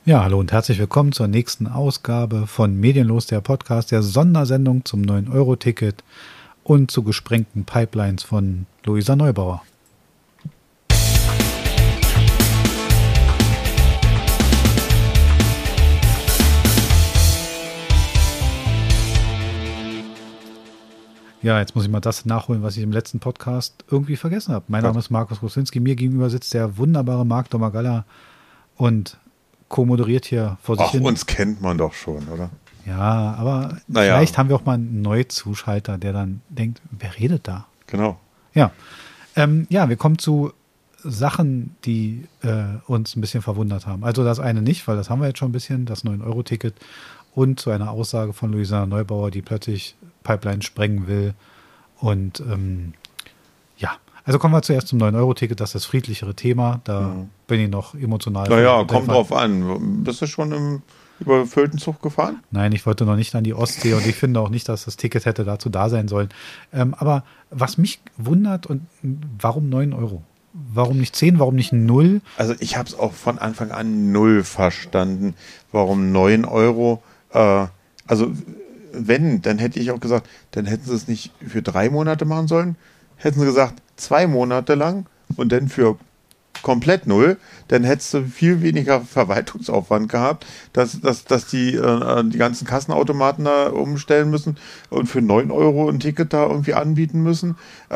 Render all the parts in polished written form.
Ja, hallo und herzlich willkommen zur nächsten Ausgabe von Medienlos, der Podcast, der Sondersendung zum 9-Euro-Ticket und zu gesprengten Pipelines von Luisa Neubauer. Ja, jetzt muss ich mal das nachholen, was ich im letzten Podcast irgendwie vergessen habe. Mein Name ist Markus Rusinski, mir gegenüber sitzt der wunderbare Marc Domagala und co-moderiert hier vor sich hin. Uns kennt man doch schon, oder? Ja, aber vielleicht haben wir auch mal einen Neuzuschalter, der dann denkt, wer redet da? Genau. Ja, wir kommen zu Sachen, die uns ein bisschen verwundert haben. Also das eine nicht, weil das haben wir jetzt schon ein bisschen, das 9-Euro-Ticket und zu einer Aussage von Luisa Neubauer, die plötzlich Pipeline sprengen will. Und also kommen wir zuerst zum 9-Euro-Ticket, das ist das friedlichere Thema. Da bin ich noch emotional. Naja, kommt drauf an. Bist du schon im überfüllten Zug gefahren? Nein, ich wollte noch nicht an die Ostsee und ich finde auch nicht, dass das Ticket hätte dazu da sein sollen. Aber was mich wundert, und warum 9 Euro? Warum nicht 10? Warum nicht 0? Also ich habe es auch von Anfang an 0 verstanden. Warum 9 Euro? Also wenn, dann hätte ich auch gesagt, dann hätten sie es nicht für 3 Monate machen sollen. Hätten sie gesagt, 2 Monate lang und dann für komplett 0, dann hättest du viel weniger Verwaltungsaufwand gehabt, dass die ganzen Kassenautomaten da umstellen müssen und für 9 Euro ein Ticket da irgendwie anbieten müssen.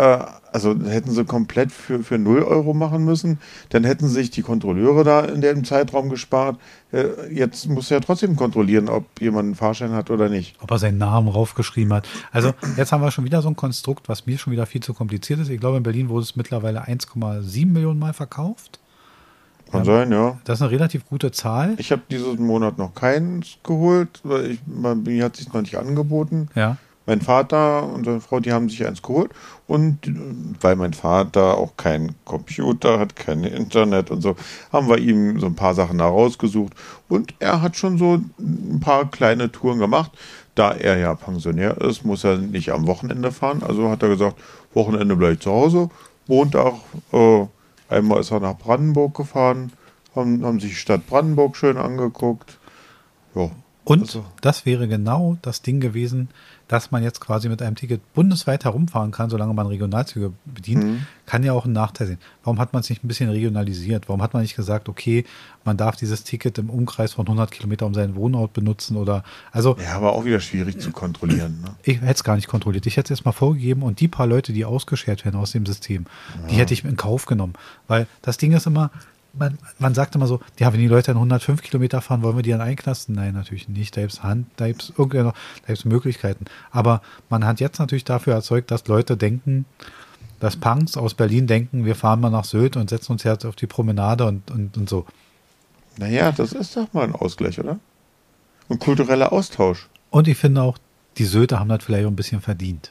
Also hätten sie komplett für 0 Euro machen müssen, dann hätten sich die Kontrolleure da in dem Zeitraum gespart. Jetzt musst du ja trotzdem kontrollieren, ob jemand einen Fahrschein hat oder nicht. Ob er seinen Namen raufgeschrieben hat. Also jetzt haben wir schon wieder so ein Konstrukt, was mir schon wieder viel zu kompliziert ist. Ich glaube, in Berlin wurde es mittlerweile 1,7 Millionen Mal verkauft. Kann sein, ja. Das ist eine relativ gute Zahl. Ich habe diesen Monat noch keins geholt, weil mir hat es sich noch nicht angeboten. Ja. Mein Vater und seine Frau, die haben sich eins geholt. Und weil mein Vater auch keinen Computer hat, kein Internet und so, haben wir ihm so ein paar Sachen da rausgesucht. Und er hat schon so ein paar kleine Touren gemacht. Da er ja Pensionär ist, muss er nicht am Wochenende fahren. Also hat er gesagt, Wochenende bleibe ich zu Hause. Montag, einmal ist er nach Brandenburg gefahren, haben sich die Stadt Brandenburg schön angeguckt. Ja. Und das wäre genau das Ding gewesen, dass man jetzt quasi mit einem Ticket bundesweit herumfahren kann, solange man Regionalzüge bedient, kann ja auch einen Nachteil sehen. Warum hat man es nicht ein bisschen regionalisiert? Warum hat man nicht gesagt, okay, man darf dieses Ticket im Umkreis von 100 Kilometer um seinen Wohnort benutzen oder, also. Ja, aber auch wieder schwierig zu kontrollieren. Ne? Ich hätte es gar nicht kontrolliert. Ich hätte es erstmal vorgegeben und die paar Leute, die ausgeschert werden aus dem System, die hätte ich in Kauf genommen. Weil das Ding ist immer, man sagt immer so, ja, wenn die Leute dann 105 Kilometer fahren, wollen wir die dann einknasten? Nein, natürlich nicht. Da gibt es Möglichkeiten. Aber man hat jetzt natürlich dafür erzeugt, dass Leute denken, dass Punks aus Berlin denken, wir fahren mal nach Sylt und setzen uns jetzt auf die Promenade und so. Naja, das ist doch mal ein Ausgleich, oder? Ein kultureller Austausch. Und ich finde auch, die Sylter haben das vielleicht auch ein bisschen verdient.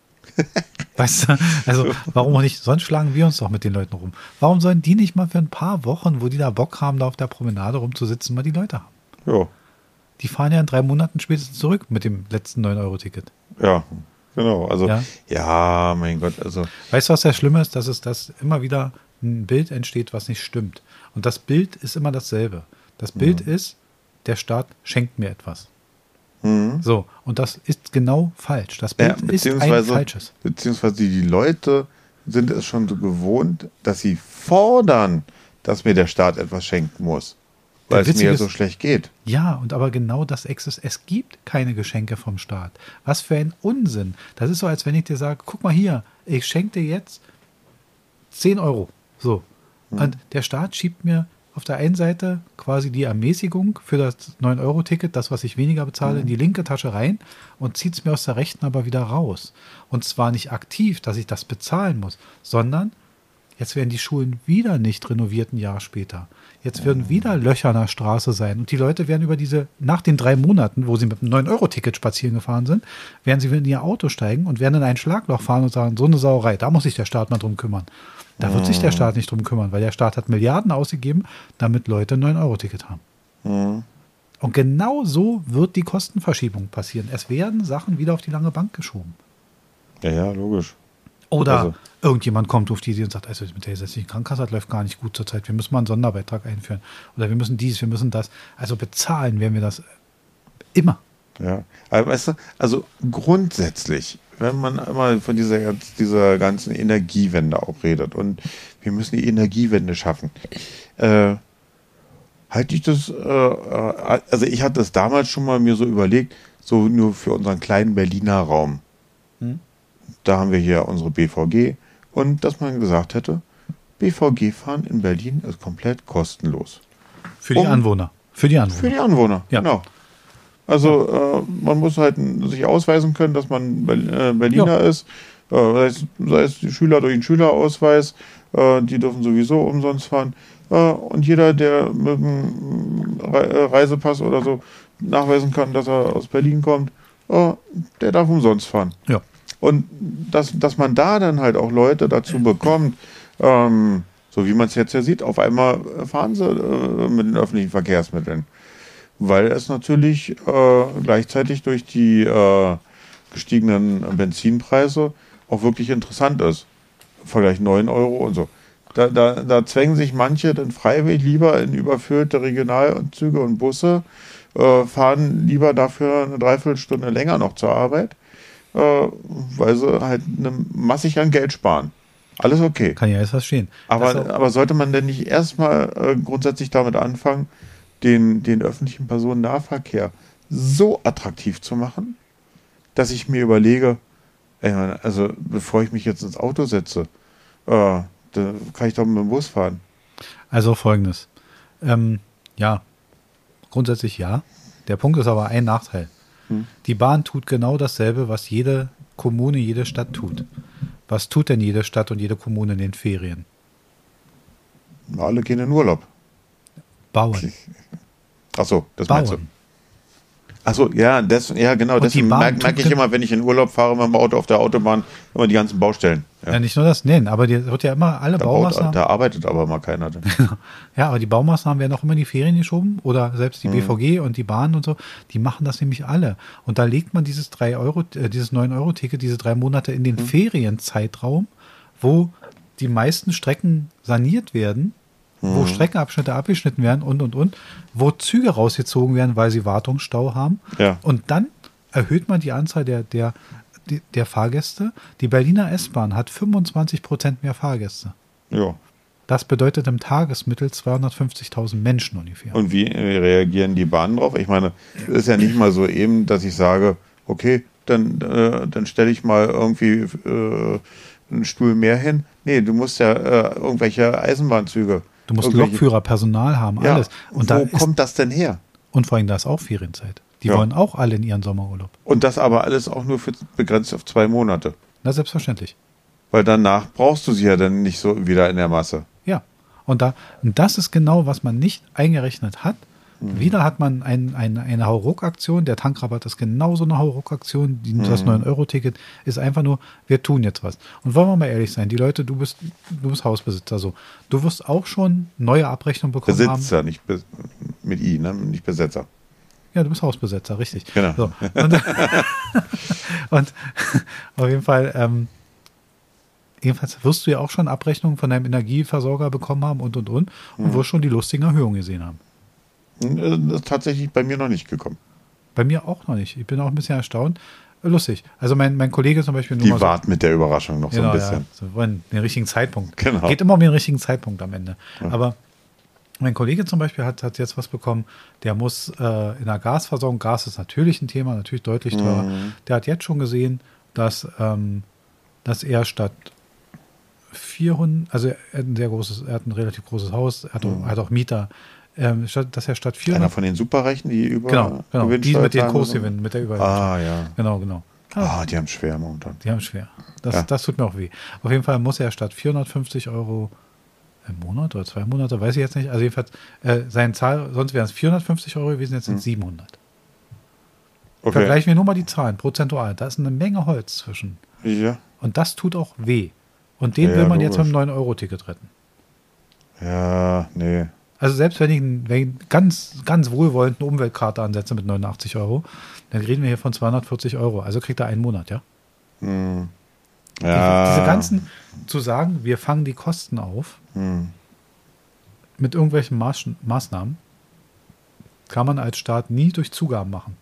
Weißt du, also warum auch nicht? Sonst schlagen wir uns doch mit den Leuten rum. Warum sollen die nicht mal für ein paar Wochen, wo die da Bock haben, da auf der Promenade rumzusitzen, mal die Leute haben? Ja. Die fahren ja in 3 Monaten spätestens zurück mit dem letzten 9-Euro-Ticket. Ja, genau. Also, ja, mein Gott. Also. Weißt du, was das Schlimme ist? Dass immer wieder ein Bild entsteht, was nicht stimmt. Und das Bild ist immer dasselbe. Das Bild ist, der Staat schenkt mir etwas. So, und das ist genau falsch. Das Bild ist ein falsches. Beziehungsweise die Leute sind es schon so gewohnt, dass sie fordern, dass mir der Staat etwas schenken muss, weil es mir so schlecht geht. Ja, und aber genau das existiert. Es gibt keine Geschenke vom Staat. Was für ein Unsinn. Das ist so, als wenn ich dir sage, guck mal hier, ich schenke dir jetzt 10 Euro. So. Und der Staat schiebt mir auf der einen Seite quasi die Ermäßigung für das 9-Euro-Ticket, das, was ich weniger bezahle, in die linke Tasche rein und zieht es mir aus der rechten aber wieder raus. Und zwar nicht aktiv, dass ich das bezahlen muss, sondern jetzt werden die Schulen wieder nicht renoviert ein Jahr später. Jetzt werden wieder Löcher an der Straße sein und die Leute werden nach den 3 Monaten, wo sie mit einem 9-Euro-Ticket spazieren gefahren sind, werden sie wieder in ihr Auto steigen und werden in ein Schlagloch fahren und sagen, so eine Sauerei, da muss sich der Staat mal drum kümmern. Da wird sich der Staat nicht drum kümmern, weil der Staat hat Milliarden ausgegeben, damit Leute ein 9-Euro-Ticket haben. Und genau so wird die Kostenverschiebung passieren. Es werden Sachen wieder auf die lange Bank geschoben. Ja, logisch. Oder Also, irgendjemand kommt auf die Idee und sagt, also mit der gesetzlichen Krankenkasse das läuft gar nicht gut zurzeit. Wir müssen mal einen Sonderbeitrag einführen. Oder wir müssen dies, wir müssen das. Also bezahlen werden wir das immer. ja. Aber weißt du, also grundsätzlich, wenn man immer von dieser ganzen Energiewende auch redet und wir müssen die Energiewende schaffen, halte ich das, also ich hatte das damals schon mal mir so überlegt, so nur für unseren kleinen Berliner Raum. Hm? Da haben wir hier unsere BVG und dass man gesagt hätte, BVG-Fahren in Berlin ist komplett kostenlos. Für die Anwohner. Für die Anwohner. Für die Anwohner, Ja. genau. Also man muss halt sich ausweisen können, dass man Berliner ist. Sei es die Schüler durch den Schülerausweis, die dürfen sowieso umsonst fahren. Und jeder, der mit einem Reisepass oder so nachweisen kann, dass er aus Berlin kommt, der darf umsonst fahren. Ja. Und dass man da dann halt auch Leute dazu bekommt, so wie man es jetzt ja sieht, auf einmal fahren sie mit den öffentlichen Verkehrsmitteln. Weil es natürlich gleichzeitig durch die gestiegenen Benzinpreise auch wirklich interessant ist. Im Vergleich 9 Euro und so. Da zwängen sich manche dann freiwillig lieber in überfüllte Regionalzüge und Busse, fahren lieber dafür eine Dreiviertelstunde länger noch zur Arbeit, weil sie halt massig an Geld sparen. Alles okay. Kann ja alles verstehen. Aber sollte man denn nicht erstmal grundsätzlich damit anfangen, den öffentlichen Personennahverkehr so attraktiv zu machen, dass ich mir überlege, also bevor ich mich jetzt ins Auto setze, da kann ich doch mit dem Bus fahren. Also Folgendes. Ja, grundsätzlich ja. Der Punkt ist aber ein Nachteil. Die Bahn tut genau dasselbe, was jede Kommune, jede Stadt tut. Was tut denn jede Stadt und jede Kommune in den Ferien? Alle gehen in Urlaub. Bauen. Achso, das meinst du. Bauen. Achso, ja, genau. Und Deswegen die Bahn merke ich tut- immer, wenn ich in Urlaub fahre mit dem Auto auf der Autobahn, immer die ganzen Baustellen. Ja, nicht nur das, nein, aber die wird ja immer alle Baumaßnahmen. Da arbeitet aber mal keiner. Ja, aber die Baumaßnahmen werden auch immer in die Ferien geschoben oder selbst die BVG und die Bahn und so, die machen das nämlich alle. Und da legt man dieses 9-Euro-Ticket, diese 3 Monate in den Ferienzeitraum, wo die meisten Strecken saniert werden, wo Streckenabschnitte abgeschnitten werden und, wo Züge rausgezogen werden, weil sie Wartungsstau haben. Ja. Und dann erhöht man die Anzahl der Fahrgäste. Die Berliner S-Bahn hat 25% mehr Fahrgäste. Ja. Das bedeutet im Tagesmittel 250.000 Menschen ungefähr. Und wie reagieren die Bahnen drauf? Ich meine, es ist ja nicht mal so eben, dass ich sage, okay, dann stelle ich mal irgendwie einen Stuhl mehr hin. Nee, du musst ja irgendwelche Eisenbahnzüge. Du musst Lokführer, Personal haben, Ja, alles. Und wo kommt das denn her? Und vor allem, da ist auch Ferienzeit. Die Ja. wollen auch alle in ihren Sommerurlaub. Und das aber alles auch nur begrenzt auf 2 Monate. Na, selbstverständlich. Weil danach brauchst du sie ja dann nicht so wieder in der Masse. Ja. Und das ist genau, was man nicht eingerechnet hat. Wieder hat man eine Hauruck-Aktion. Der Tankrabatt ist genauso eine Hauruck-Aktion. Das 9-Euro-Ticket ist einfach nur, wir tun jetzt was. Und wollen wir mal ehrlich sein, die Leute, du bist Hausbesitzer, so. Du wirst auch schon neue Abrechnungen bekommen haben. Besitzer, nicht mit I, ne? Nicht Besetzer. Ja, du bist Hausbesetzer, richtig. Genau. So. Und auf jeden Fall, jedenfalls wirst du ja auch schon Abrechnungen von deinem Energieversorger bekommen haben und wirst schon die lustigen Erhöhungen gesehen haben. Das ist tatsächlich bei mir noch nicht gekommen. Bei mir auch noch nicht. Ich bin auch ein bisschen erstaunt. Lustig. Also mein Kollege zum Beispiel... Die warten mit der Überraschung noch so ein bisschen. Ja, so wollen den richtigen Zeitpunkt. Genau. Geht immer um den richtigen Zeitpunkt am Ende. Ja. Aber mein Kollege zum Beispiel hat jetzt was bekommen, der muss in der Gasversorgung, Gas ist natürlich ein Thema, natürlich deutlich teurer. Der hat jetzt schon gesehen, dass er statt 400, also er hat ein relativ großes Haus, er hat auch Mieter, dass er statt 400... Einer von den Superreichen, die über Genau, die mit den zahlen Kursgewinnen, mit der Übergewinnung. Ah, ja. Genau. Die haben schwer momentan. Die haben schwer. Ja. Das tut mir auch weh. Auf jeden Fall muss er statt 450 Euro im Monat oder 2 Monate, weiß ich jetzt nicht. Also jedenfalls, seine Zahl, sonst wären es 450 Euro gewesen, jetzt sind es 700. Okay. Vergleichen wir nur mal die Zahlen, prozentual. Da ist eine Menge Holz zwischen. Ja. Und das tut auch weh. Und den Ja, will man jetzt mit logisch. dem 9-Euro-Ticket retten. Ja, nee. Also selbst wenn ich einen ganz, ganz wohlwollenden Umweltkarte ansetze mit 89 Euro, dann reden wir hier von 240 Euro. Also kriegt er einen Monat, ja? Ja. Diese ganzen, zu sagen, wir fangen die Kosten auf mit irgendwelchen Maßnahmen, kann man als Staat nie durch Zugaben machen.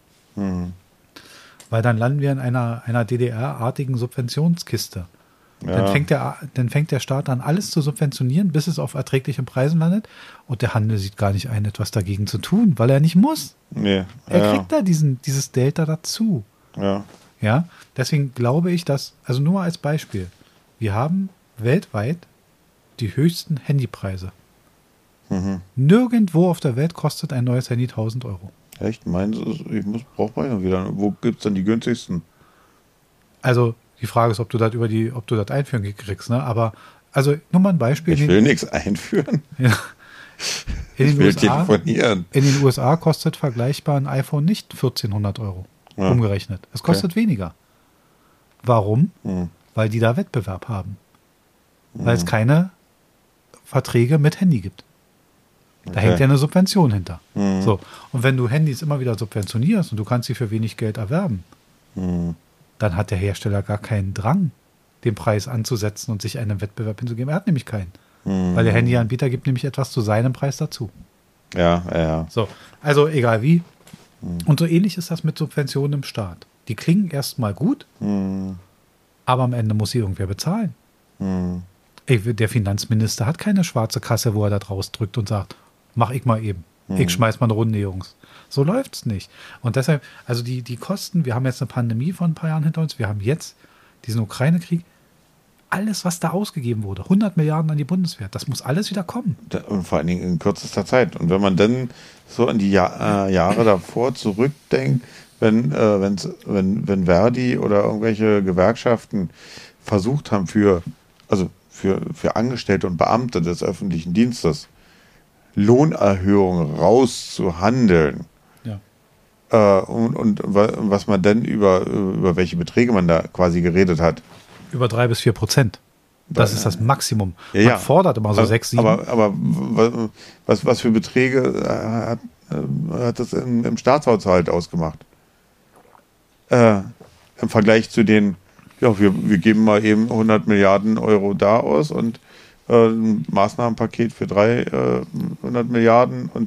Weil dann landen wir in einer DDR-artigen Subventionskiste. Ja. Dann fängt der Staat an, alles zu subventionieren, bis es auf erträglichen Preisen landet. Und der Handel sieht gar nicht ein, etwas dagegen zu tun, weil er nicht muss. Nee. Er kriegt da dieses Delta dazu. Ja. Ja, deswegen glaube ich, dass, also nur mal als Beispiel, wir haben weltweit die höchsten Handypreise. Nirgendwo auf der Welt kostet ein neues Handy 1.000 Euro. Echt? Meins ist, brauche mal wieder. Wo gibt es dann die günstigsten? Also die Frage ist, ob du das einführen kriegst, ne? Aber, also nur mal ein Beispiel. Ich will nichts einführen. Ja. Ich will telefonieren. In den USA kostet vergleichbar ein iPhone nicht 1.400 Euro. Ja. Umgerechnet. Es kostet weniger. Warum? Weil die da Wettbewerb haben. Weil es keine Verträge mit Handy gibt. Da hängt ja eine Subvention hinter. So. Und wenn du Handys immer wieder subventionierst und du kannst sie für wenig Geld erwerben, dann hat der Hersteller gar keinen Drang, den Preis anzusetzen und sich einem Wettbewerb hinzugeben. Er hat nämlich keinen. Weil der Handyanbieter gibt nämlich etwas zu seinem Preis dazu. Ja. So. Also egal wie. Und so ähnlich ist das mit Subventionen im Staat. Die klingen erstmal gut, aber am Ende muss sie irgendwer bezahlen. Der Finanzminister hat keine schwarze Kasse, wo er da draus drückt und sagt, mach ich mal eben. Ich schmeiß mal eine Runde, Jungs. So läuft's nicht. Und deshalb, also die Kosten, wir haben jetzt eine Pandemie von ein paar Jahren hinter uns, wir haben jetzt diesen Ukraine-Krieg, alles, was da ausgegeben wurde, 100 Milliarden an die Bundeswehr, das muss alles wieder kommen. Und vor allen Dingen in kürzester Zeit. Und wenn man dann so an die Jahre davor zurückdenkt, wenn Verdi oder irgendwelche Gewerkschaften versucht haben, für Angestellte und Beamte des öffentlichen Dienstes Lohnerhöhungen rauszuhandeln. Und was man dann über welche Beträge man da quasi geredet hat. Über 3-4%. Das ist das Maximum. Man fordert immer so 6, 7. Aber was für Beträge hat das im Staatshaushalt ausgemacht? Im Vergleich zu den, wir geben mal eben 100 Milliarden Euro da aus und ein Maßnahmenpaket für 300 Milliarden und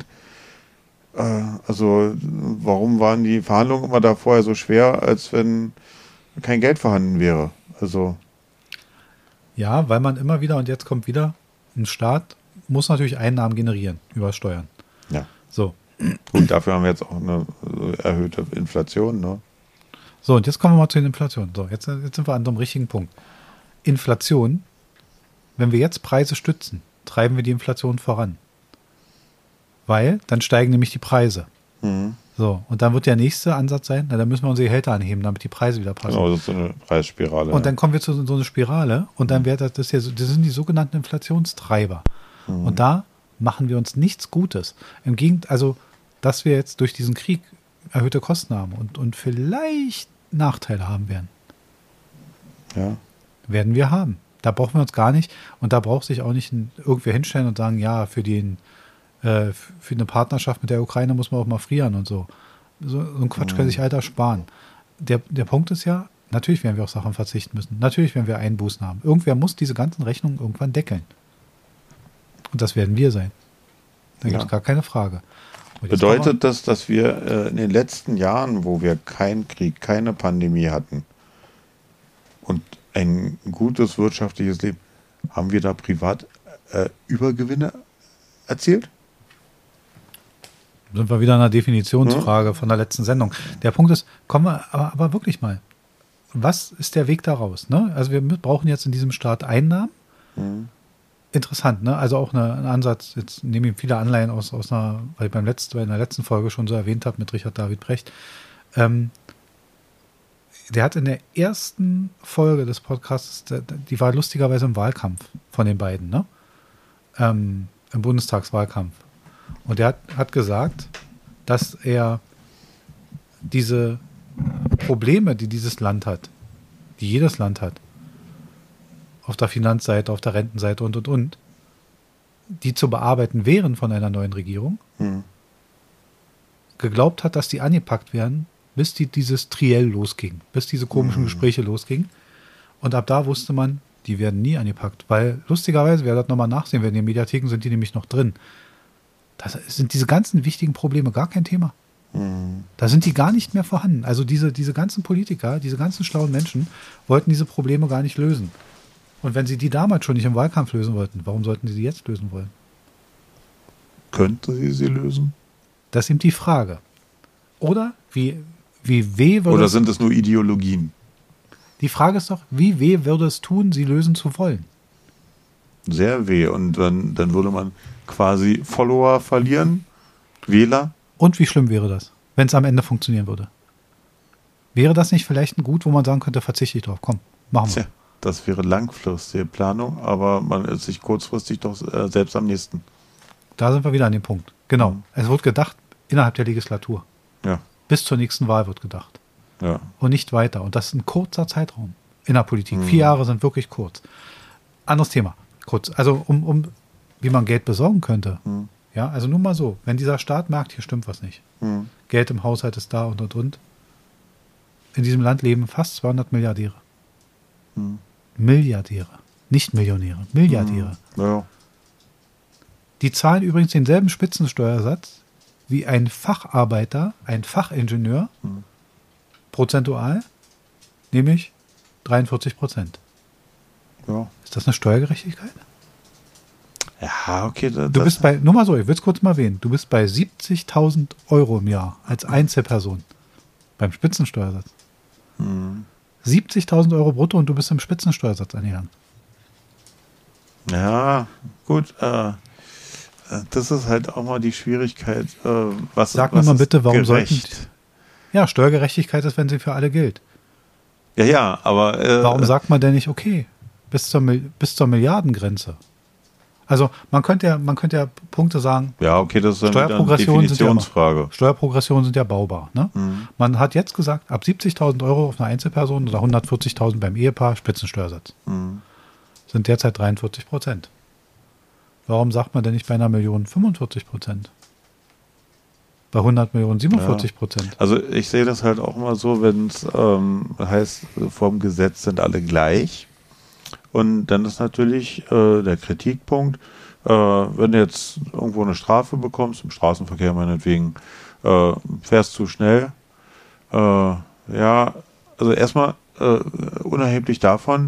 also warum waren die Verhandlungen immer da vorher so schwer, als wenn kein Geld vorhanden wäre? Also ja, weil man immer wieder, und jetzt kommt wieder, ein Staat muss natürlich Einnahmen generieren über Steuern. Ja. So. Und dafür haben wir jetzt auch eine erhöhte Inflation, ne? So, und jetzt kommen wir mal zu den Inflationen. So, jetzt sind wir an so einem richtigen Punkt. Inflation, wenn wir jetzt Preise stützen, treiben wir die Inflation voran. Weil dann steigen nämlich die Preise. So, und dann wird der nächste Ansatz sein, dann müssen wir unsere Gehälter anheben, damit die Preise wieder passen. Genau, das ist so eine Preisspirale. Und dann kommen wir zu so einer Spirale und dann wird das sind die sogenannten Inflationstreiber. Und da machen wir uns nichts Gutes. Im Gegenteil, also, dass wir jetzt durch diesen Krieg erhöhte Kosten haben und vielleicht Nachteile haben werden. Ja. Werden wir haben. Da brauchen wir uns gar nicht, und da braucht sich auch nicht irgendwer hinstellen und sagen, ja, für eine Partnerschaft mit der Ukraine muss man auch mal frieren und so. So ein Quatsch kann sich Alter sparen. Der Punkt ist ja, natürlich werden wir auf Sachen verzichten müssen. Natürlich werden wir Einbußen haben. Irgendwer muss diese ganzen Rechnungen irgendwann deckeln. Und das werden wir sein. Da gibt es gar keine Frage. Bedeutet das, dass wir in den letzten Jahren, wo wir keinen Krieg, keine Pandemie hatten und ein gutes wirtschaftliches Leben, haben wir da privat Übergewinne erzielt? Sind wir wieder an einer Definitionsfrage von der letzten Sendung. Der Punkt ist, kommen wir aber wirklich mal, was ist der Weg daraus? Ne? Also wir brauchen jetzt in diesem Staat Einnahmen. Interessant, ne? Also auch ein Ansatz, jetzt nehme ich viele Anleihen aus einer, weil ich in der letzten Folge schon so erwähnt habe mit Richard David Brecht. Der hat in der ersten Folge des Podcasts, die war lustigerweise im Wahlkampf von den beiden, ne? Im Bundestagswahlkampf. Und er hat gesagt, dass er diese Probleme, die dieses Land hat, die jedes Land hat, auf der Finanzseite, auf der Rentenseite und, die zu bearbeiten wären von einer neuen Regierung, geglaubt hat, dass die angepackt werden, bis dieses Triell losging, bis diese komischen Gespräche losgingen. Und ab da wusste man, die werden nie angepackt. Weil lustigerweise, wer das nochmal nachsehen will, in den Mediatheken sind die nämlich noch drin. Das sind diese ganzen wichtigen Probleme gar kein Thema. Da sind die gar nicht mehr vorhanden. Also diese ganzen Politiker, diese ganzen schlauen Menschen wollten diese Probleme gar nicht lösen. Und wenn sie die damals schon nicht im Wahlkampf lösen wollten, warum sollten sie die jetzt lösen wollen? Könnte sie lösen? Das ist eben die Frage. Oder wie weh würde Oder sind es nur Ideologien? Die Frage ist doch, wie weh würde es tun, sie lösen zu wollen? Sehr weh. Und dann würde man quasi Follower verlieren, Wähler. Und wie schlimm wäre das, wenn es am Ende funktionieren würde? Wäre das nicht vielleicht ein Gut, wo man sagen könnte, verzichte ich drauf, komm, machen wir. Tja, das wäre langfristige Planung, aber man ist sich kurzfristig doch selbst am nächsten. Da sind wir wieder an dem Punkt. Genau. Es wird gedacht innerhalb der Legislatur. Ja. Bis zur nächsten Wahl wird gedacht. Ja. Und nicht weiter. Und das ist ein kurzer Zeitraum in der Politik. 4 Jahre sind wirklich kurz. Anderes Thema. Kurz. Also wie man Geld besorgen könnte. Ja, also nur mal so. Wenn dieser Staat merkt, hier stimmt was nicht. Geld im Haushalt ist da und. In diesem Land leben fast 200 Milliardäre. Milliardäre. Nicht Millionäre. Milliardäre. Ja. Die zahlen übrigens denselben Spitzensteuersatz wie ein Facharbeiter, ein Fachingenieur, prozentual, nämlich 43%. Ja. Ist das eine Steuergerechtigkeit? Ja, okay. Du bist bei, nur mal so, ich will es kurz mal erwähnen, du bist bei 70.000 Euro im Jahr als Einzelperson beim Spitzensteuersatz. 70.000 Euro brutto und du bist im Spitzensteuersatz angegangen. Ja, gut. Das ist halt auch mal die Schwierigkeit. Sag mir mal bitte, warum gerecht? sollten... Ja, Steuergerechtigkeit ist, wenn sie für alle gilt. Ja, aber... Warum sagt man denn nicht, okay, bis zur Milliardengrenze? Also man könnte ja Punkte sagen, ja, okay, das ist dann wieder eine Steuerprogressionen Definitionsfrage. Steuerprogressionen sind ja baubar. Ne? Man hat jetzt gesagt, ab 70.000 Euro auf eine Einzelperson oder 140.000 beim Ehepaar Spitzensteuersatz. Sind derzeit 43%. Warum sagt man denn nicht bei einer Million 45%? Bei 100 Millionen 47%? Also ich sehe das halt auch immer so, wenn es heißt, vorm Gesetz sind alle gleich. Und dann ist natürlich der Kritikpunkt, wenn du jetzt irgendwo eine Strafe bekommst, im Straßenverkehr meinetwegen, fährst zu schnell. Ja, also erstmal unerheblich davon,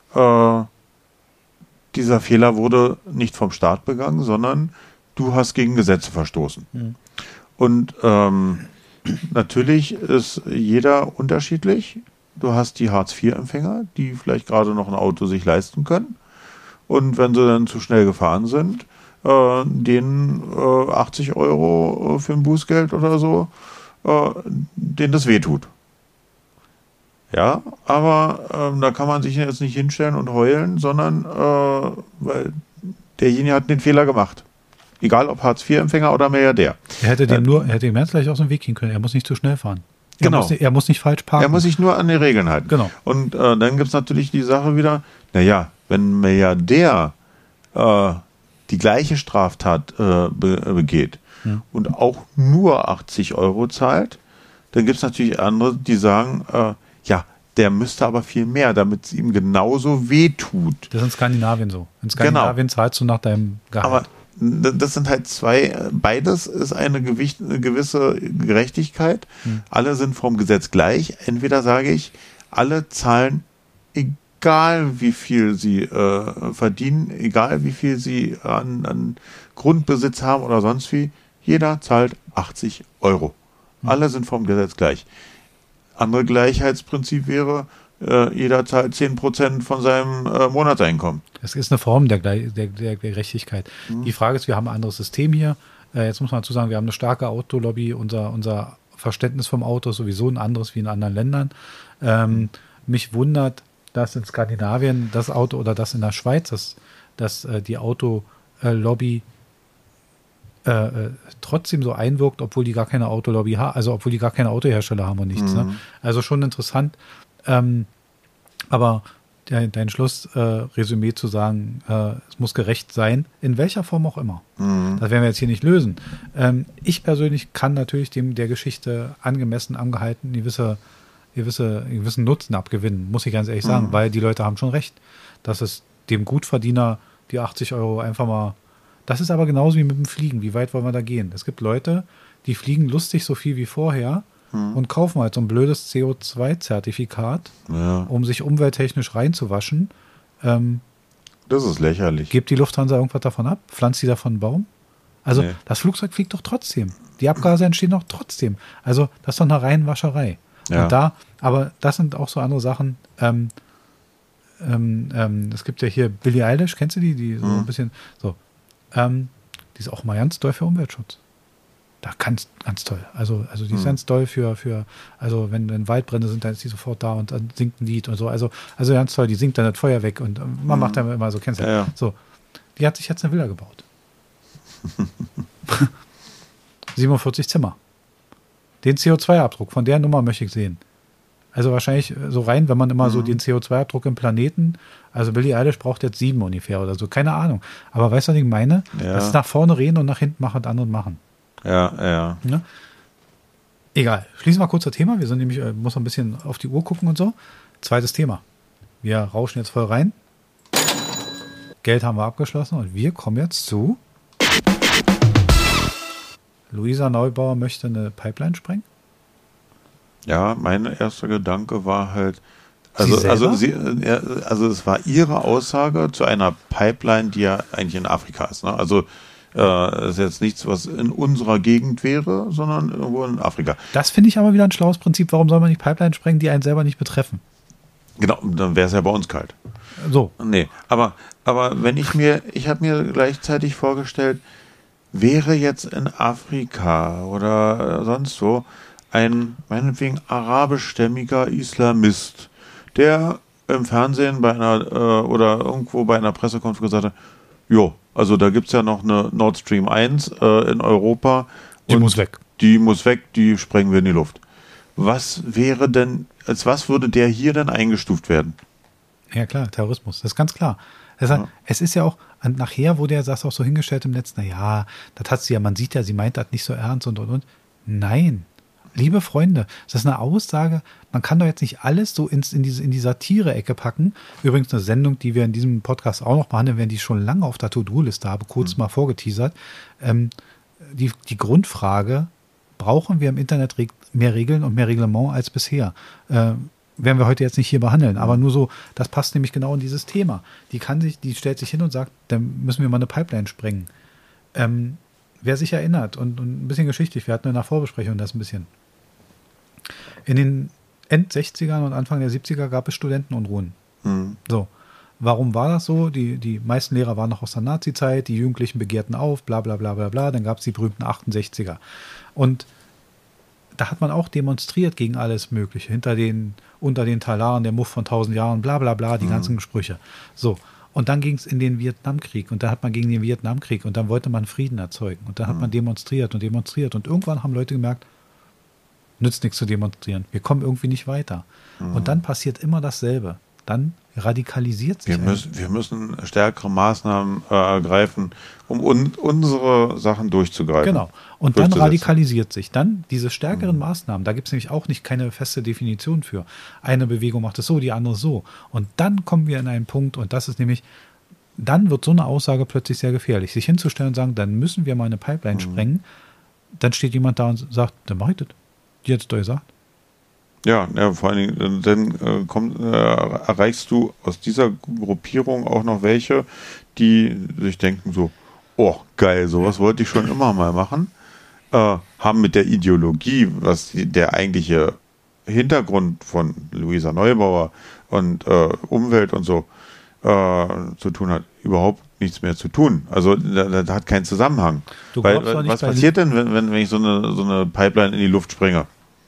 dieser Fehler wurde nicht vom Staat begangen, sondern du hast gegen Gesetze verstoßen. Und natürlich ist jeder unterschiedlich. Du hast die Hartz-IV-Empfänger, die vielleicht gerade noch ein Auto sich leisten können. Und wenn sie dann zu schnell gefahren sind, denen 80 Euro für ein Bußgeld oder so, denen das wehtut. Ja, aber da kann man sich jetzt nicht hinstellen und heulen, sondern weil derjenige hat den Fehler gemacht. Egal ob Hartz-IV-Empfänger oder Milliardär. Er hätte ihm jetzt gleich aus dem Weg gehen können. Er muss nicht zu schnell fahren. Genau. Er muss nicht falsch parken. Er muss sich nur an die Regeln halten. Genau. Und dann gibt es natürlich die Sache wieder, naja, wenn ein Milliardär die gleiche Straftat begeht und auch nur 80 Euro zahlt, dann gibt es natürlich andere, die sagen, ja, der müsste aber viel mehr, damit es ihm genauso wehtut. Das ist in Skandinavien so. In Skandinavien zahlst du nach deinem Gehalt. Aber das sind halt beides ist eine gewisse Gerechtigkeit. Alle sind vom Gesetz gleich. Entweder sage ich, alle zahlen, egal wie viel sie verdienen, egal wie viel sie an Grundbesitz haben oder sonst wie, jeder zahlt 80 Euro. Alle sind vom Gesetz gleich. Andere Gleichheitsprinzip wäre, jeder zahlt 10% von seinem Monatseinkommen. Das ist eine Form der Gerechtigkeit. Die Frage ist, wir haben ein anderes System hier. Jetzt muss man dazu sagen, wir haben eine starke Autolobby. Unser Verständnis vom Auto ist sowieso ein anderes wie in anderen Ländern. Mich wundert, dass in Skandinavien das Auto oder das in der Schweiz, dass die Autolobby trotzdem so einwirkt, obwohl die gar keine Autolobby haben, also obwohl die gar keine Autohersteller haben und nichts. Ne? Also schon interessant. Aber dein Schlussresümee zu sagen, es muss gerecht sein, in welcher Form auch immer. Das werden wir jetzt hier nicht lösen. Ich persönlich kann natürlich der Geschichte angemessen angehalten eine gewisse gewissen Nutzen abgewinnen, muss ich ganz ehrlich sagen, weil die Leute haben schon recht, dass es dem Gutverdiener die 80 Euro einfach mal, das ist aber genauso wie mit dem Fliegen, wie weit wollen wir da gehen? Es gibt Leute, die fliegen lustig so viel wie vorher und kaufen halt so ein blödes CO2-Zertifikat, um sich umwelttechnisch reinzuwaschen. Das ist lächerlich. Gibt die Lufthansa irgendwas davon ab? Pflanzt sie davon einen Baum? Also das Flugzeug fliegt doch trotzdem. Die Abgase entstehen doch trotzdem. Also das ist doch eine Reinwascherei. Ja. Und aber das sind auch so andere Sachen. Es gibt ja hier Billie Eilish, kennst du die? Die so ein bisschen, so. Die ist auch mal ganz doll für Umweltschutz. Da ganz, ganz toll. Also die ist ganz doll also wenn Waldbrände sind, dann ist die sofort da und dann singt ein Lied und so. Also ganz toll, die singt dann das Feuer weg und man macht dann immer so, kennst du? Ja. So. Die hat sich jetzt eine Villa gebaut. 47 Zimmer. Den CO2-Abdruck von der Nummer möchte ich sehen. Also wahrscheinlich so rein, wenn man immer so den CO2-Abdruck im Planeten, also Billie Eilish braucht jetzt 7 ungefähr oder so, keine Ahnung. Aber weißt du, was ich meine? Ja. Das ist nach vorne reden und nach hinten machen und andere machen. Ja. Ne? Egal, schließen wir kurz das Thema. Wir sind nämlich, muss ein bisschen auf die Uhr gucken und so. Zweites Thema. Wir rauschen jetzt voll rein. Geld haben wir abgeschlossen und wir kommen jetzt zu Luisa Neubauer möchte eine Pipeline sprengen. Ja, mein erster Gedanke war halt, Sie es war ihre Aussage zu einer Pipeline, die ja eigentlich in Afrika ist. Ne? Also ist jetzt nichts, was in unserer Gegend wäre, sondern irgendwo in Afrika. Das finde ich aber wieder ein schlaues Prinzip. Warum soll man nicht Pipeline sprengen, die einen selber nicht betreffen? Genau, dann wäre es ja bei uns kalt. So. Nee, aber wenn ich habe mir gleichzeitig vorgestellt, wäre jetzt in Afrika oder sonst wo ein meinetwegen arabischstämmiger Islamist, der im Fernsehen bei einer oder irgendwo bei einer Pressekonferenz gesagt hat, jo, also da gibt es ja noch eine Nord Stream 1 in Europa. Die muss weg. Die muss weg, die sprengen wir in die Luft. Was wäre denn, als was würde der hier denn eingestuft werden? Ja klar, Terrorismus, das ist ganz klar. Es ist ja auch, nachher wurde ja das auch so hingestellt im Netz, naja, das hat sie ja, man sieht ja, sie meint das nicht so ernst und. Nein, liebe Freunde, das ist eine Aussage, man kann doch jetzt nicht alles so in die Satire-Ecke packen. Übrigens eine Sendung, die wir in diesem Podcast auch noch behandeln werden, die ich schon lange auf der To-Do-Liste habe, kurz mal vorgeteasert. Die Grundfrage, brauchen wir im Internet mehr Regeln und mehr Reglement als bisher? Werden wir heute jetzt nicht hier behandeln, aber nur so, das passt nämlich genau in dieses Thema. Die stellt sich hin und sagt, dann müssen wir mal eine Pipeline sprengen. Wer sich erinnert und ein bisschen geschichtlich, wir hatten in der Vorbesprechung das ein bisschen. In den End-60ern und Anfang der 70er gab es Studentenunruhen. So. Warum war das so? Die meisten Lehrer waren noch aus der Nazi-Zeit, die Jugendlichen begehrten auf, bla bla bla bla bla, dann gab es die berühmten 68er. Und da hat man auch demonstriert gegen alles Mögliche, unter den Talaren, der Muff von 1000 Jahren, bla bla bla, die ganzen Sprüche. So. Und dann ging es in den Vietnamkrieg und da hat man gegen den Vietnamkrieg und dann wollte man Frieden erzeugen und dann hat man demonstriert und irgendwann haben Leute gemerkt, nützt nichts zu demonstrieren, wir kommen irgendwie nicht weiter. Und dann passiert immer dasselbe. Dann radikalisiert sich. Wir müssen stärkere Maßnahmen ergreifen, um unsere Sachen durchzugreifen. Genau. Und dann radikalisiert sich. Dann diese stärkeren Maßnahmen, da gibt es nämlich auch nicht keine feste Definition für. Eine Bewegung macht es so, die andere so. Und dann kommen wir in einen Punkt, und das ist nämlich, dann wird so eine Aussage plötzlich sehr gefährlich. Sich hinzustellen und sagen, dann müssen wir mal eine Pipeline sprengen, dann steht jemand da und sagt, dann mach ich das. Die hat es doch gesagt. Ja, vor allen Dingen, dann erreichst du aus dieser Gruppierung auch noch welche, die sich denken so, oh, geil, sowas wollte ich schon immer mal machen, haben mit der Ideologie, was der eigentliche Hintergrund von Luisa Neubauer und Umwelt und so zu tun hat, überhaupt nichts mehr zu tun. Also das hat keinen Zusammenhang. Weil, was passiert denn, wenn ich so eine Pipeline in die Luft springe?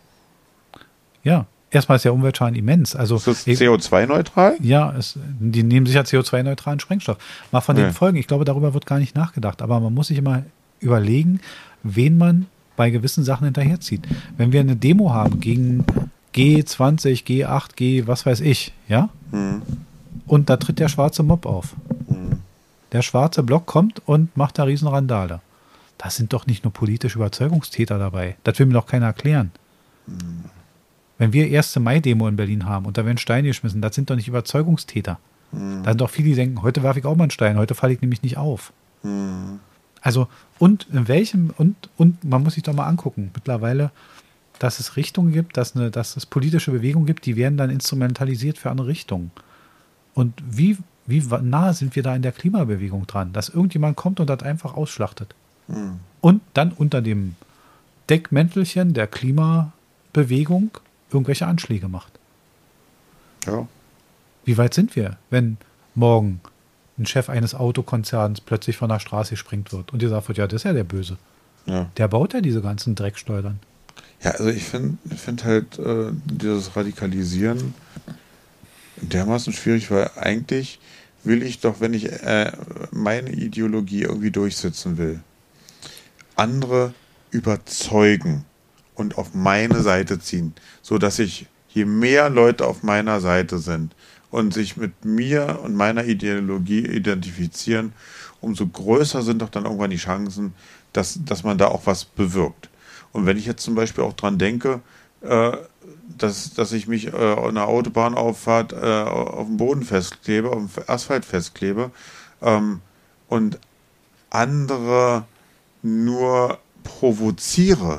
Ja, erstmal ist der Umweltschaden immens. Also, ist das CO2-neutral? Ja, die nehmen sicher CO2-neutralen Sprengstoff. Mal von den Folgen, ich glaube, darüber wird gar nicht nachgedacht, aber man muss sich immer überlegen, wen man bei gewissen Sachen hinterherzieht. Wenn wir eine Demo haben gegen G20, G8, G was weiß ich, ja? Und da tritt der schwarze Mob auf. Der schwarze Block kommt und macht da Riesenrandale. Da sind doch nicht nur politische Überzeugungstäter dabei. Das will mir doch keiner erklären. Wenn wir 1. Mai-Demo in Berlin haben und da werden Steine geschmissen, das sind doch nicht Überzeugungstäter. Da sind doch viele, die denken, heute werfe ich auch mal einen Stein, heute falle ich nämlich nicht auf. Also, und in welchem, und man muss sich doch mal angucken, mittlerweile, dass es Richtungen gibt, dass es politische Bewegungen gibt, die werden dann instrumentalisiert für andere Richtungen. Und wie nah sind wir da in der Klimabewegung dran, dass irgendjemand kommt und das einfach ausschlachtet. Und dann unter dem Deckmäntelchen der Klimabewegung irgendwelche Anschläge macht. Ja. Wie weit sind wir, wenn morgen ein Chef eines Autokonzerns plötzlich von der Straße gesprengt wird und gesagt wird, ja, das ist ja der Böse. Ja. Der baut ja diese ganzen Dreckschleudern. Ja, also ich find halt dieses Radikalisieren dermaßen schwierig, weil eigentlich will ich doch, wenn ich meine Ideologie irgendwie durchsetzen will, andere überzeugen und auf meine Seite ziehen, so dass ich, je mehr Leute auf meiner Seite sind und sich mit mir und meiner Ideologie identifizieren, umso größer sind doch dann irgendwann die Chancen, dass man da auch was bewirkt. Und wenn ich jetzt zum Beispiel auch dran denke, dass ich mich auf einer Autobahnauffahrt auf dem Boden festklebe, auf dem Asphalt festklebe und andere nur provoziere.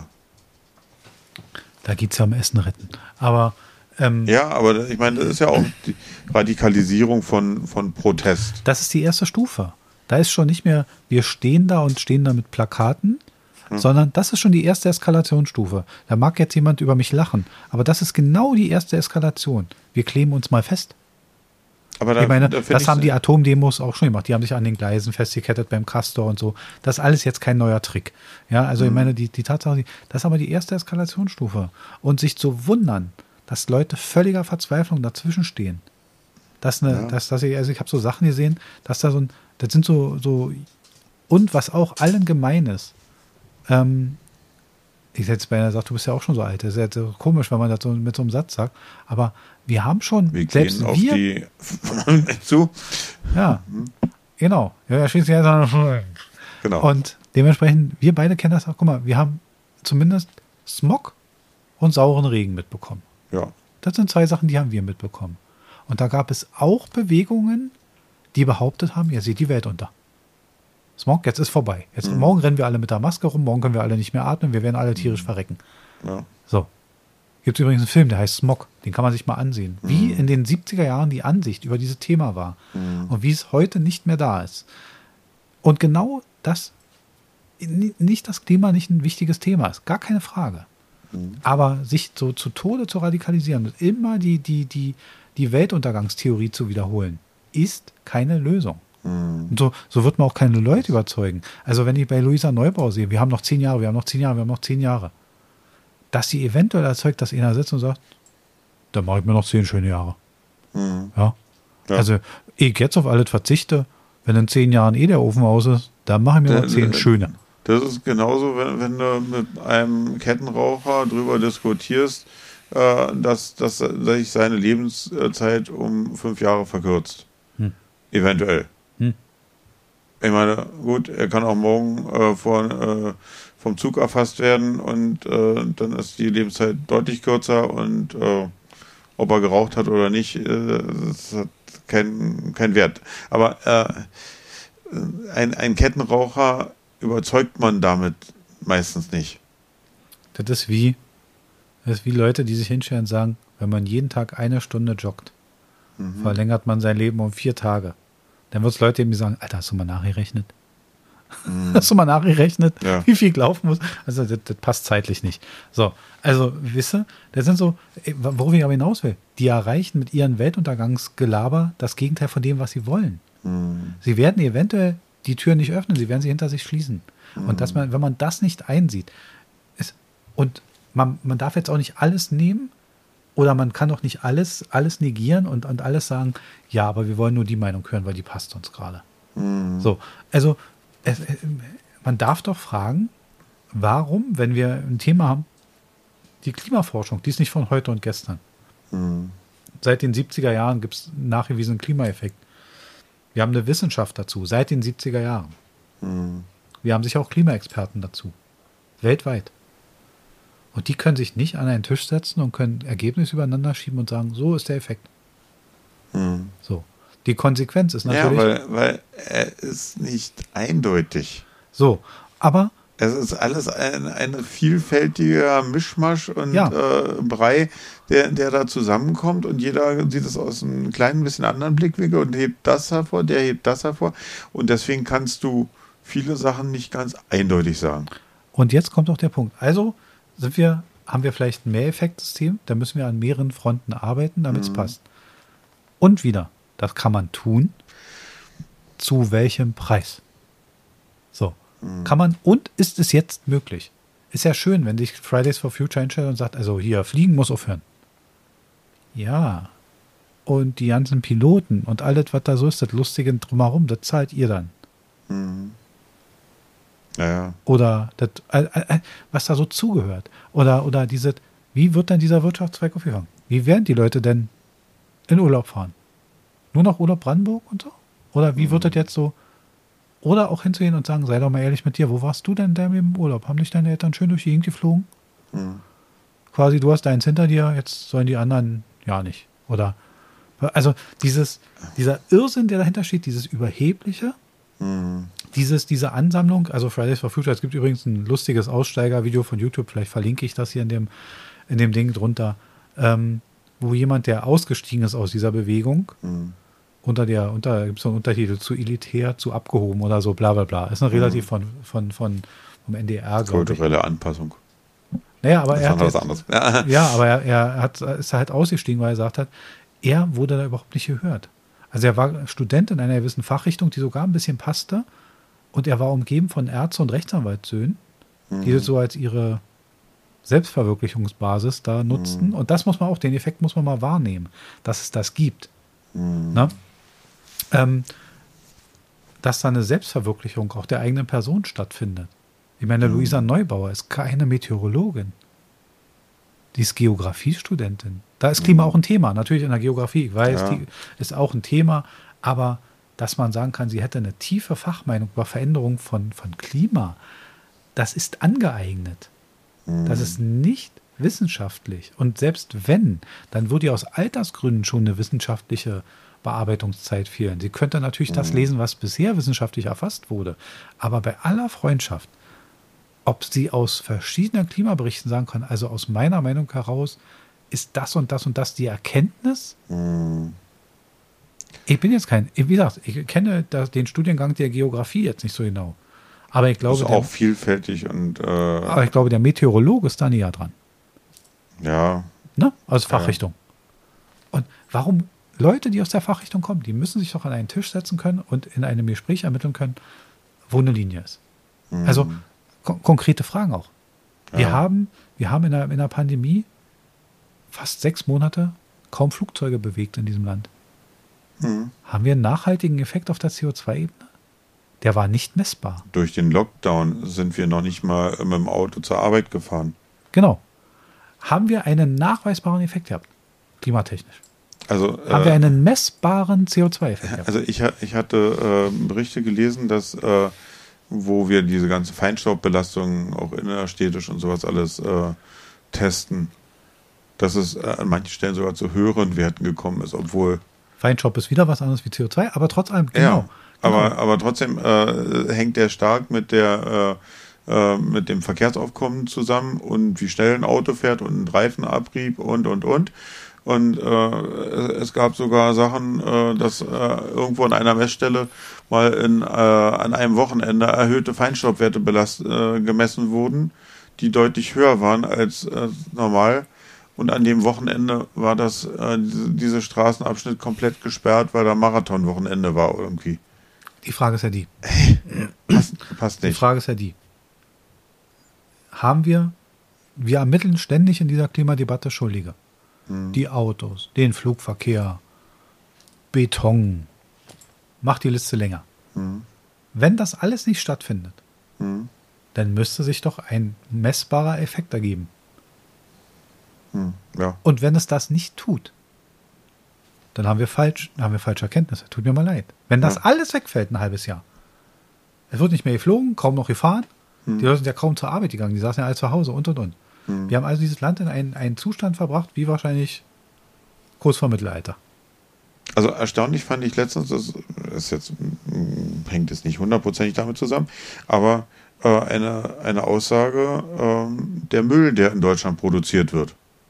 Da geht es ja um Essen retten. Aber ja, aber ich meine, das ist ja auch die Radikalisierung von Protest. das ist die erste Stufe. Da ist schon nicht mehr, wir stehen da mit Plakaten, sondern das ist schon die erste Eskalationsstufe. Da mag jetzt jemand über mich lachen, aber das ist genau die erste Eskalation. Wir kleben uns mal fest. Aber Ich meine, das haben die Atomdemos auch schon gemacht. Die haben sich an den Gleisen festgekettet beim Castor und so. Das ist alles jetzt kein neuer Trick. Ja, also ich meine, die Tatsache, das ist aber die erste Eskalationsstufe. Und sich zu wundern, dass Leute völliger Verzweiflung dazwischen stehen. Ich habe so Sachen gesehen, dass da das sind so, und was auch allen gemein ist, ich hätte beinahe gesagt, du bist ja auch schon so alt. Das ist ja so komisch, wenn man das so mit so einem Satz sagt. Aber wir haben schon, wir selbst gehen auf die zu. Ja, genau. Ja, schließlich genau. Und dementsprechend, wir beide kennen das auch. Guck mal, wir haben zumindest Smog und sauren Regen mitbekommen. Ja. Das sind 2 Sachen, die haben wir mitbekommen. Und da gab es auch Bewegungen, die behauptet haben, ihr seht die Welt unter. Smog, jetzt ist vorbei. Morgen rennen wir alle mit der Maske rum, morgen können wir alle nicht mehr atmen, wir werden alle tierisch verrecken. Ja. So. Gibt es übrigens einen Film, der heißt Smog, den kann man sich mal ansehen. Wie in den 70er Jahren die Ansicht über dieses Thema war und wie es heute nicht mehr da ist. Und genau das, nicht das Klima nicht ein wichtiges Thema ist, gar keine Frage. Aber sich so zu Tode zu radikalisieren und immer die Weltuntergangstheorie zu wiederholen, ist keine Lösung. Und so wird man auch keine Leute überzeugen. Also wenn ich bei Luisa Neubauer sehe, wir haben noch 10 Jahre, wir haben noch 10 Jahre, wir haben noch 10 Jahre, dass sie eventuell erzeugt, dass einer sitzt und sagt, dann mache ich mir noch 10 schöne Jahre. Ja. Also ich jetzt auf alles verzichte, wenn in 10 Jahren der Ofen aus ist, dann mache ich mir noch 10 schöne. Das ist genauso, wenn du mit einem Kettenraucher drüber diskutierst, dass sich seine Lebenszeit um 5 Jahre verkürzt. Eventuell. Ich meine, gut, er kann auch morgen vom Zug erfasst werden und dann ist die Lebenszeit deutlich kürzer und ob er geraucht hat oder nicht, das hat keinen Wert. Aber ein Kettenraucher überzeugt man damit meistens nicht. Das ist wie Leute, die sich hinstellen und sagen, wenn man jeden Tag 1 Stunde joggt, verlängert man sein Leben um 4 Tage. Dann wird es Leute eben sagen, Alter, hast du mal nachgerechnet? Hast du mal nachgerechnet, wie viel ich laufen muss? Also das passt zeitlich nicht. So, also wisse, das sind so, worauf ich aber hinaus will, die erreichen mit ihren Weltuntergangsgelaber das Gegenteil von dem, was sie wollen. Sie werden eventuell die Tür nicht öffnen, sie werden sie hinter sich schließen. Und wenn man das nicht einsieht, und man darf jetzt auch nicht alles nehmen, oder man kann doch nicht alles negieren und alles sagen, ja, aber wir wollen nur die Meinung hören, weil die passt uns gerade. So, also man darf doch fragen, warum, wenn wir ein Thema haben, die Klimaforschung, die ist nicht von heute und gestern. Seit den 70er Jahren gibt es einen nachgewiesenen Klimaeffekt. Wir haben eine Wissenschaft dazu, seit den 70er Jahren. Wir haben sicher auch Klimaexperten dazu. Weltweit. Und die können sich nicht an einen Tisch setzen und können Ergebnisse übereinander schieben und sagen, so ist der Effekt. So. Die Konsequenz ist natürlich. Ja, weil er ist nicht eindeutig. So, aber. Es ist alles ein vielfältiger Mischmasch und Brei, der da zusammenkommt und jeder sieht es aus einem kleinen bisschen anderen Blickwinkel und hebt das hervor, der hebt das hervor. Und deswegen kannst du viele Sachen nicht ganz eindeutig sagen. Und jetzt kommt auch der Punkt. Also haben wir vielleicht ein Mehreffektsystem, da müssen wir an mehreren Fronten arbeiten, damit es passt. Und wieder, das kann man tun. Zu welchem Preis? So. Kann man, und ist es jetzt möglich? Ist ja schön, wenn sich Fridays for Future hinstellt und sagt, also hier, Fliegen muss aufhören. Ja. Und die ganzen Piloten und alles, was da so ist, das Lustige drumherum, das zahlt ihr dann. Ja. Oder das, was da so zugehört. Oder diese, wie wird denn dieser Wirtschaftszweig aufgefangen? Wie werden die Leute denn in Urlaub fahren? Nur noch Urlaub Brandenburg und so? Oder wie wird das jetzt so? Oder auch hinzugehen und sagen, sei doch mal ehrlich mit dir, wo warst du denn im Urlaub? Haben dich deine Eltern schön durch die Gegend geflogen? Quasi, du hast deins hinter dir, jetzt sollen die anderen ja nicht. Oder, also dieser Irrsinn, der dahinter steht, dieses Überhebliche, diese Ansammlung, also Fridays for Future, es gibt übrigens ein lustiges Aussteigervideo von YouTube, vielleicht verlinke ich das hier in dem Ding drunter, wo jemand, der ausgestiegen ist aus dieser Bewegung, gibt es so einen Untertitel zu elitär, zu abgehoben oder so, bla bla bla. Ist noch relativ vom NDR, glaube ich. Kulturelle Anpassung. Naja, aber er ist halt ausgestiegen, weil er gesagt hat, er wurde da überhaupt nicht gehört. Also er war Student in einer gewissen Fachrichtung, die sogar ein bisschen passte, und er war umgeben von Ärzte- und Rechtsanwaltssöhnen, die das so als ihre Selbstverwirklichungsbasis da nutzten. Und das muss man auch, den Effekt muss man mal wahrnehmen, dass es das gibt. Na? Dass da eine Selbstverwirklichung auch der eigenen Person stattfindet. Ich meine, Luisa Neubauer ist keine Meteorologin. Die ist Geografiestudentin. Da ist Klima auch ein Thema, natürlich in der Geografie. Ich weiß, die ist auch ein Thema, aber dass man sagen kann, sie hätte eine tiefe Fachmeinung über Veränderung von Klima, das ist angeeignet. Das ist nicht wissenschaftlich. Und selbst wenn, dann würde ihr aus Altersgründen schon eine wissenschaftliche Bearbeitungszeit fehlen. Sie könnte natürlich das lesen, was bisher wissenschaftlich erfasst wurde. Aber bei aller Freundschaft, ob sie aus verschiedenen Klimaberichten sagen kann, also aus meiner Meinung heraus, ist das und das und das die Erkenntnis? Ich bin jetzt wie gesagt, ich kenne den Studiengang der Geografie jetzt nicht so genau. Aber ich glaube, ist auch vielfältig und aber ich glaube, der Meteorologe ist da näher dran. Ja. Ne? Aus Fachrichtung. Und warum Leute, die aus der Fachrichtung kommen, die müssen sich doch an einen Tisch setzen können und in einem Gespräch ermitteln können, wo eine Linie ist. Also konkrete Fragen auch. Wir haben in der Pandemie fast 6 Monate kaum Flugzeuge bewegt in diesem Land. Haben wir einen nachhaltigen Effekt auf der CO2-Ebene? Der war nicht messbar. Durch den Lockdown sind wir noch nicht mal mit dem Auto zur Arbeit gefahren. Genau. Haben wir einen nachweisbaren Effekt gehabt, klimatechnisch? Also, haben wir einen messbaren CO2-Effekt gehabt? Also ich hatte Berichte gelesen, dass wo wir diese ganze Feinstaubbelastung auch innerstädtisch und sowas alles testen, dass es an manchen Stellen sogar zu höheren Werten gekommen ist, obwohl Feinstaub ist wieder was anderes wie CO2, aber trotz allem, genau. Ja, aber trotzdem hängt der stark mit dem Verkehrsaufkommen zusammen und wie schnell ein Auto fährt und ein Reifenabrieb und. Und es gab sogar Sachen, dass irgendwo an einer Messstelle mal an einem Wochenende erhöhte Feinstaubwerte gemessen wurden, die deutlich höher waren als normal. Und an dem Wochenende war dieser Straßenabschnitt komplett gesperrt, weil da Marathonwochenende war irgendwie. Die Frage ist ja die. Passt nicht. Die Frage ist ja die. Wir ermitteln ständig in dieser Klimadebatte Schuldige. Die Autos, den Flugverkehr, Beton. Macht die Liste länger. Wenn das alles nicht stattfindet, dann müsste sich doch ein messbarer Effekt ergeben. Ja. Und wenn es das nicht tut, dann haben wir falsche Erkenntnisse. Tut mir mal leid. Wenn das alles wegfällt, ein halbes Jahr, es wird nicht mehr geflogen, kaum noch gefahren, die Leute sind ja kaum zur Arbeit gegangen, die saßen ja alle zu Hause und. Wir haben also dieses Land in einen Zustand verbracht, wie wahrscheinlich kurz vor Mittelalter. Also erstaunlich fand ich letztens, das ist jetzt, hängt jetzt nicht hundertprozentig damit zusammen, aber eine Aussage, der Müll, der in Deutschland produziert wird.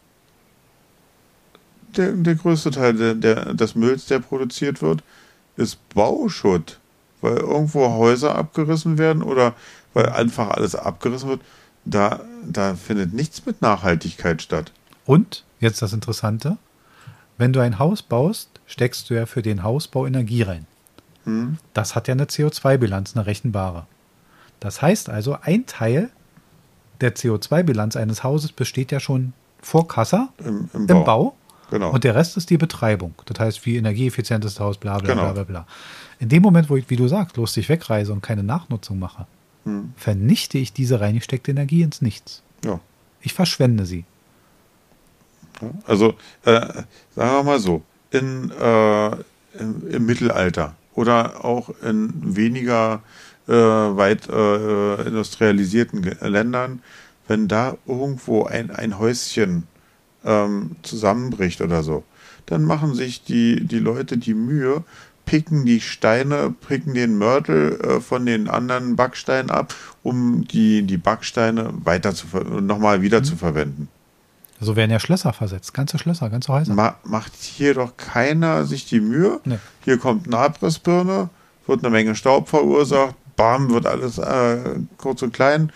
Der größte Teil des Mülls, der produziert wird, ist Bauschutt, weil irgendwo Häuser abgerissen werden oder weil einfach alles abgerissen wird. Da findet nichts mit Nachhaltigkeit statt. Und, jetzt das Interessante, wenn du ein Haus baust, steckst du ja für den Hausbau Energie rein. Das hat ja eine CO2-Bilanz, eine rechenbare. Das heißt also, ein Teil der CO2-Bilanz eines Hauses besteht ja schon vor Kassa im Bau. Genau. Und der Rest ist die Betreibung. Das heißt, wie energieeffizient ist das Haus, bla bla Genau. bla bla bla. In dem Moment, wo ich, wie du sagst, lustig wegreise und keine Nachnutzung mache, vernichte ich diese reingesteckte Energie ins Nichts. Ja. Ich verschwende sie. Also, sagen wir mal so, im Mittelalter oder auch in weniger weit industrialisierten Ländern, wenn da irgendwo ein Häuschen zusammenbricht oder so, dann machen sich die Leute die Mühe, picken die Steine, picken den Mörtel von den anderen Backsteinen ab, um die Backsteine nochmal wieder zu verwenden. So werden ja Schlösser versetzt, ganze Schlösser, ganze Häuser. Macht hier doch keiner sich die Mühe. Nee. Hier kommt eine Abrissbirne, wird eine Menge Staub verursacht, bam, wird alles kurz und klein.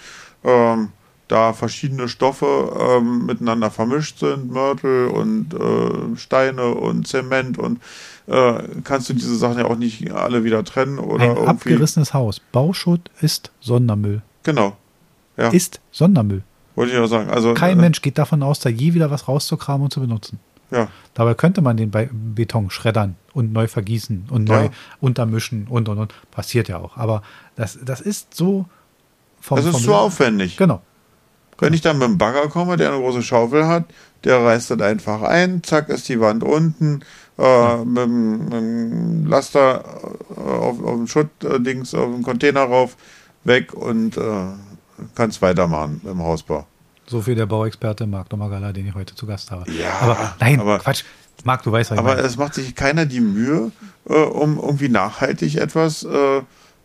Da verschiedene Stoffe miteinander vermischt sind, Mörtel und Steine und Zement und kannst du diese Sachen ja auch nicht alle wieder trennen. Oder Ein irgendwie. abgerissenes Haus. Bauschutt ist Sondermüll. Genau. Ja, Ist Sondermüll. wollte ich auch sagen. Also, Kein Mensch geht davon aus, da je wieder was rauszukramen und zu benutzen. Ja, Dabei könnte man den Beton schreddern und neu vergießen und neu untermischen und. Passiert ja auch. Aber das ist so das ist zu aufwendig. Genau. Wenn ich dann mit dem Bagger komme, der eine große Schaufel hat, der reißt das einfach ein, zack, ist die Wand unten, mit dem Laster auf dem Schuttdings, auf dem Container rauf, weg und kannst weitermachen im Hausbau. So viel der Bauexperte Marc Domagala, den ich heute zu Gast habe. Ja, aber nein, aber- Quatsch. Marc, du weißt, was ich Aber meine. es macht sich keiner die Mühe, um irgendwie nachhaltig etwas, so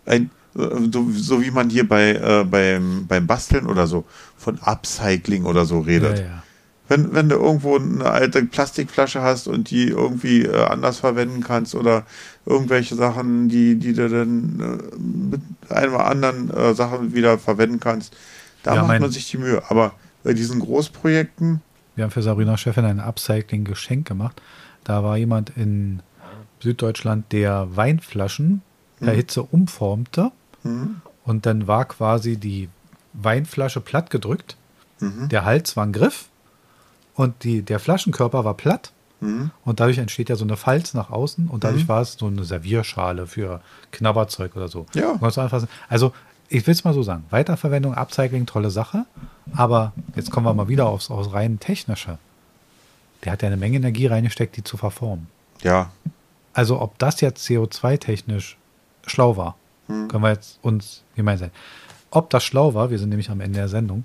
wie man hier beim Basteln oder so von Upcycling oder so redet. Ja. Wenn du irgendwo eine alte Plastikflasche hast und die irgendwie anders verwenden kannst oder irgendwelche Sachen, die du dann mit einer anderen Sache wieder verwenden kannst, da Ja, macht man sich die Mühe. Aber bei diesen Großprojekten, Wir haben für Sabrina Chefin ein Upcycling-Geschenk gemacht. Da war jemand in Süddeutschland, der Weinflaschen per Hitze umformte. Und dann war quasi die Weinflasche platt gedrückt. Der Hals war ein Griff und der Flaschenkörper war platt. Und dadurch entsteht ja so eine Falz nach außen und dadurch war es so eine Servierschale für Knabberzeug oder so. Ja. Also, ich will es mal so sagen, Weiterverwendung, Upcycling, tolle Sache, aber jetzt kommen wir mal wieder aufs rein technische. Der hat ja eine Menge Energie reingesteckt, die zu verformen. ja, Also ob das jetzt CO2-technisch schlau war, können wir jetzt uns gemein sein. Ob das schlau war, wir sind nämlich am Ende der Sendung,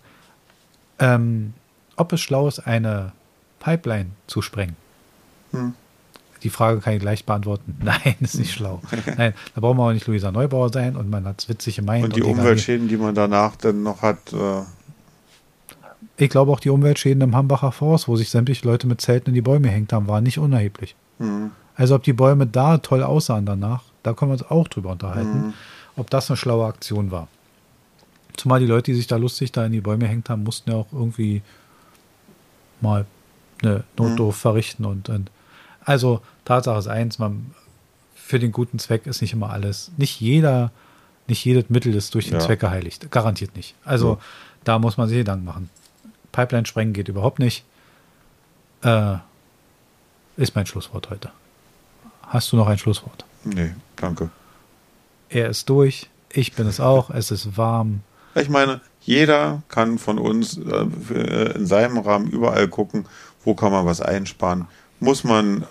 ob es schlau ist, eine Pipeline zu sprengen. Die Frage kann ich gleich beantworten. Nein, ist nicht schlau. Nein, da brauchen wir auch nicht Luisa Neubauer sein und man hat es witzig gemeint. und die Umweltschäden, die man danach dann noch hat, Ich glaube auch die Umweltschäden im Hambacher Forst, wo sich sämtliche Leute mit Zelten in die Bäume gehängt haben, waren nicht unerheblich. Also ob die Bäume da toll aussahen danach, da können wir uns auch drüber unterhalten, ob das eine schlaue Aktion war. Zumal die Leute, die sich da lustig da in die Bäume gehängt haben, mussten ja auch irgendwie mal eine Notdurft verrichten und also Tatsache ist eins, für den guten Zweck ist nicht immer alles, nicht jedes Mittel ist durch den Zweck geheiligt, garantiert nicht. Also da muss man sich Gedanken machen. Pipeline sprengen geht überhaupt nicht. Ist mein Schlusswort heute. Hast du noch ein Schlusswort? nee, danke. Er ist durch, ich bin es auch, es ist warm. Ich meine, jeder kann von uns in seinem Rahmen überall gucken, wo kann man was einsparen. Muss man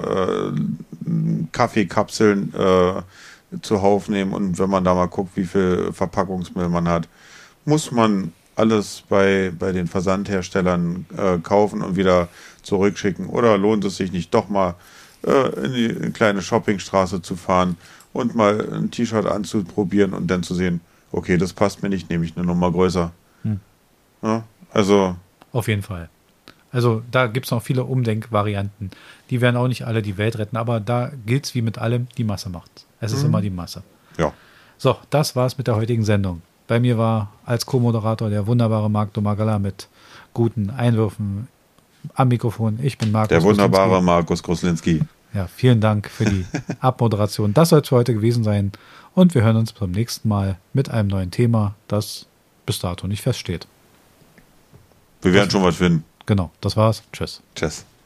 Kaffeekapseln zuhauf nehmen und wenn man da mal guckt, wie viel Verpackungsmüll man hat, muss man alles bei den Versandherstellern kaufen und wieder zurückschicken? Oder lohnt es sich nicht doch mal in die kleine Shoppingstraße zu fahren und mal ein T-Shirt anzuprobieren und dann zu sehen, okay, das passt mir nicht, nehme ich eine Nummer größer. Ja, also auf jeden Fall. Also da gibt es noch viele Umdenkvarianten. Die werden auch nicht alle die Welt retten, aber da gilt es wie mit allem, die Masse macht's. Es ist immer die Masse. ja. So, das war's mit der heutigen Sendung. Bei mir war als Co-Moderator der wunderbare Marc Domagala mit guten Einwürfen am Mikrofon. Ich bin Markus Der wunderbare Gruslinski. Markus Gruslinski. Ja, vielen Dank für die Abmoderation. Das soll es für heute gewesen sein. Und wir hören uns beim nächsten Mal mit einem neuen Thema, das bis dato nicht feststeht. Wir werden schon was finden. Genau, das war's. Tschüss. Tschüss.